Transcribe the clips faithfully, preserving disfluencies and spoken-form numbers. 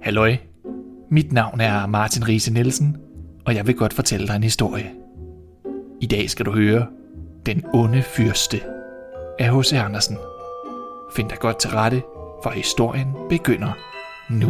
Halløj, mit navn er Martin Riise Nielsen, og jeg vil godt fortælle dig en historie. I dag skal du høre Den onde fyrste af H C Andersen. Find dig godt til rette, for historien begynder nu.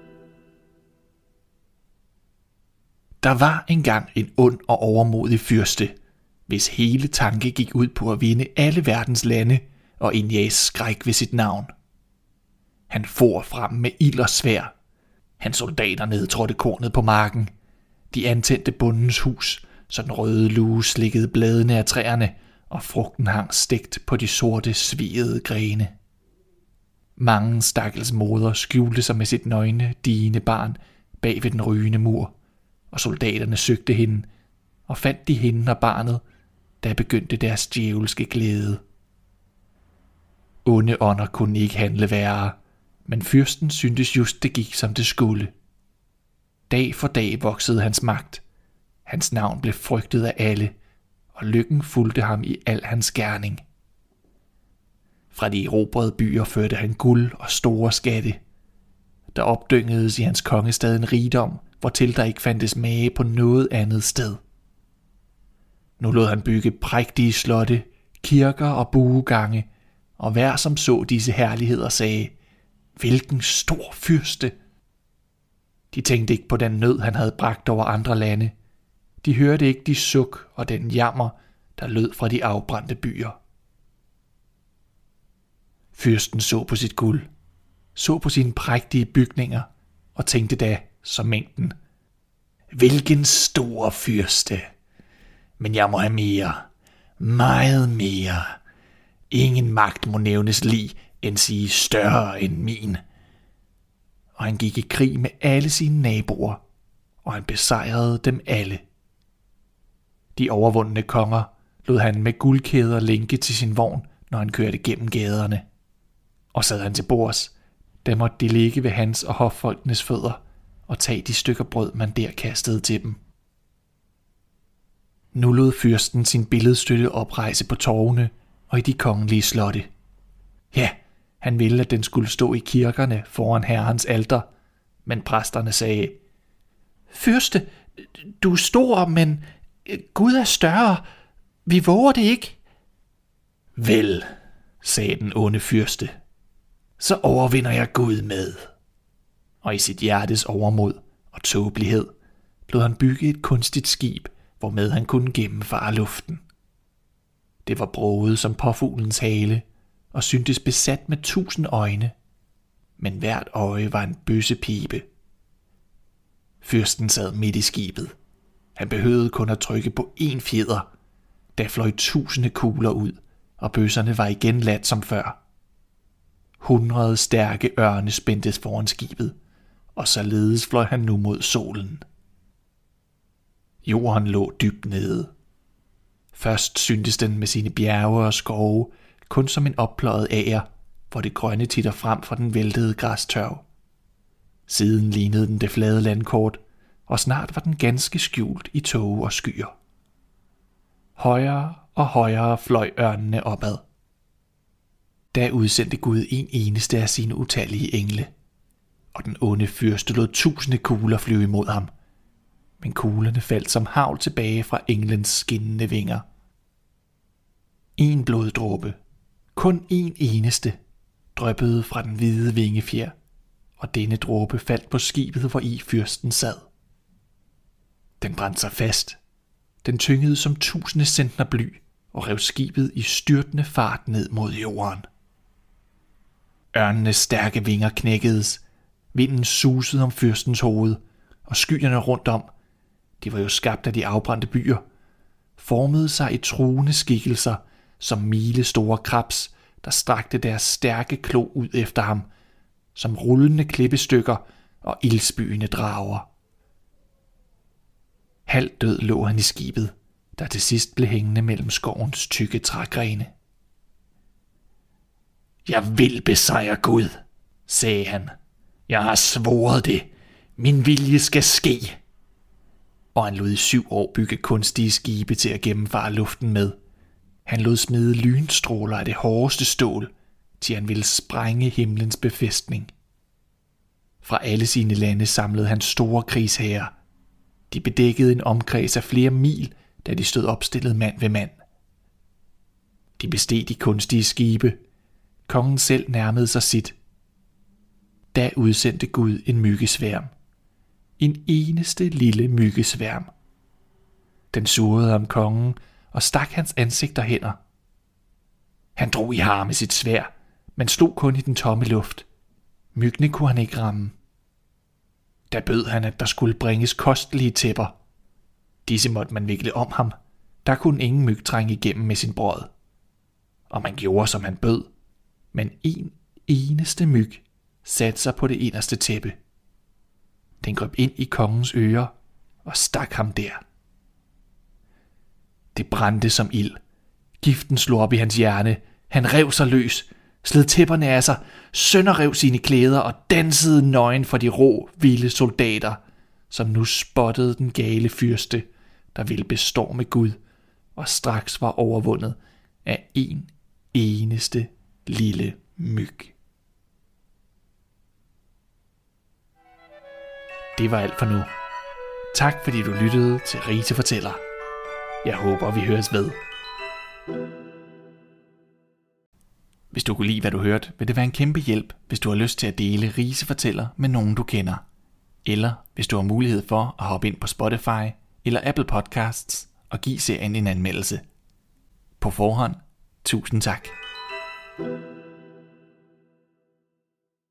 Der var engang en ond og overmodig fyrste, hvis hele tanke gik ud på at vinde alle verdens lande og indjage skræk ved sit navn. Han for frem med ild og sværd. Hans soldater nedtrådte kornet på marken. De antændte bondens hus, så den røde lue slikkede bladene af træerne, og frugten hang stegt på de sorte, sviede grene. Mange stakkels moder skjulte sig med sit nøgne, digende barn bag ved den rygende mur, og soldaterne søgte hende, og fandt de hende og barnet, da begyndte deres djævelske glæde. Onde ånder kunne ikke handle værre, men fyrsten syntes just det gik som det skulle. Dag for dag voksede hans magt. Hans navn blev frygtet af alle, og lykken fulgte ham i al hans gerning. Fra de erobrede byer førte han guld og store skatte. Der opdyngedes i hans kongestad en rigdom, hvortil der ikke fandtes mage på noget andet sted. Nu lod han bygge prægtige slotte, kirker og buegange, og hver som så disse herligheder sagde, hvilken stor fyrste! De tænkte ikke på den nød, han havde bragt over andre lande. De hørte ikke de suk og den jammer, der lød fra de afbrændte byer. Fyrsten så på sit guld, så på sine prægtige bygninger, og tænkte da, som mængden, hvilken stor fyrste! Men jeg må have mere, meget mere. Ingen magt må nævnes lig, end sige større end min. Og han gik i krig med alle sine naboer, og han besejrede dem alle. De overvundne konger lod han med guldkæder lænke til sin vogn, når han kørte gennem gaderne. Og sad han til bords, der måtte de ligge ved hans og hoffolkenes fødder og tage de stykker brød, man der kastede til dem. Nu lod fyrsten sin billedstøtte oprejse på torvene og i de kongelige slotte. Ja, han ville, at den skulle stå i kirkerne foran herrens alter, men præsterne sagde, fyrste, du er stor, men Gud er større. Vi våger det ikke. Vel, sagde den onde fyrste, så overvinder jeg Gud med. Og i sit hjertes overmod og tåbelighed lod han bygge et kunstigt skib, hvormed han kunne gennemfare luften. Det var broget som påfuglens hale og syntes besat med tusind øjne, men hvert øje var en bøssepibe. Fyrsten sad midt i skibet. Han behøvede kun at trykke på én fjeder. Der fløj tusinde kugler ud, og bøsserne var igen ladt som før. Hundrede stærke ørne spændtes foran skibet, og således fløj han nu mod solen. Jorden lå dybt nede. Først syntes den med sine bjerge og skove kun som en oppløjet ager, hvor det grønne titter frem fra den væltede græstørv. Siden lignede den det flade landkort, og snart var den ganske skjult i tåge og skyer. Højere og højere fløj ørnene opad. Da udsendte Gud en eneste af sine utallige engle, og den onde fyrste lod tusinde kugler flyve imod ham, men kuglerne faldt som hagl tilbage fra englens skinnende vinger. En bloddråbe, kun en eneste, dryppede fra den hvide vingefjer, og denne dråbe faldt på skibet, hvor i fyrsten sad. Den brændte sig fast. Den tyngede som tusinde centner bly og rev skibet i styrtende fart ned mod jorden. Ørnenes stærke vinger knækkedes, vinden susede om fyrstens hoved, og skyerne rundt om, de var jo skabt af de afbrændte byer, formede sig i truende skikkelser som milestore krebs, der strakte deres stærke klo ud efter ham, som rullende klippestykker og ildspyende drager. Halvt død lå han i skibet, der til sidst blev hængende mellem skovens tykke trægrene. Jeg vil besejre Gud, sagde han. Jeg har svoret det. Min vilje skal ske. Og han lod i syv år bygge kunstige skibe til at gennemfare luften med. Han lod smide lynstråler af det hårdeste stål, til han ville sprænge himlens befæstning. Fra alle sine lande samlede han store krigshære. De bedækkede en omkreds af flere mil, da de stod opstillet mand ved mand. De besteg de kunstige skibe. Kongen selv nærmede sig sit. Da udsendte Gud en myggesværm. En eneste lille myggesværm. Den surrede om kongen og stak hans ansigt og hænder. Han drog i har med sit sværd, men slog kun i den tomme luft. Myggene kunne han ikke ramme. Da bød han, at der skulle bringes kostelige tæpper. Disse måtte man vikle om ham. Der kunne ingen myg trænge igennem med sin brød. Og man gjorde, som han bød. Men en eneste myg satte sig på det inderste tæppe. Den greb ind i kongens ører og stak ham der. Det brændte som ild. Giften slog op i hans hjerne. Han rev sig løs, sled tæpperne af sig, sønderrev sine klæder og dansede nøgen for de rå, vilde soldater, som nu spottede den gale fyrste, der ville bestorme Gud og straks var overvundet af en eneste lille myg. Det var alt for nu. Tak fordi du lyttede til Riese Fortæller. Jeg håber vi høres ved. Hvis du kunne lide hvad du hørte, vil det være en kæmpe hjælp, hvis du har lyst til at dele Riese Fortæller med nogen du kender. Eller hvis du har mulighed for at hoppe ind på Spotify eller Apple Podcasts og give serien en anmeldelse. På forhånd, tusind tak.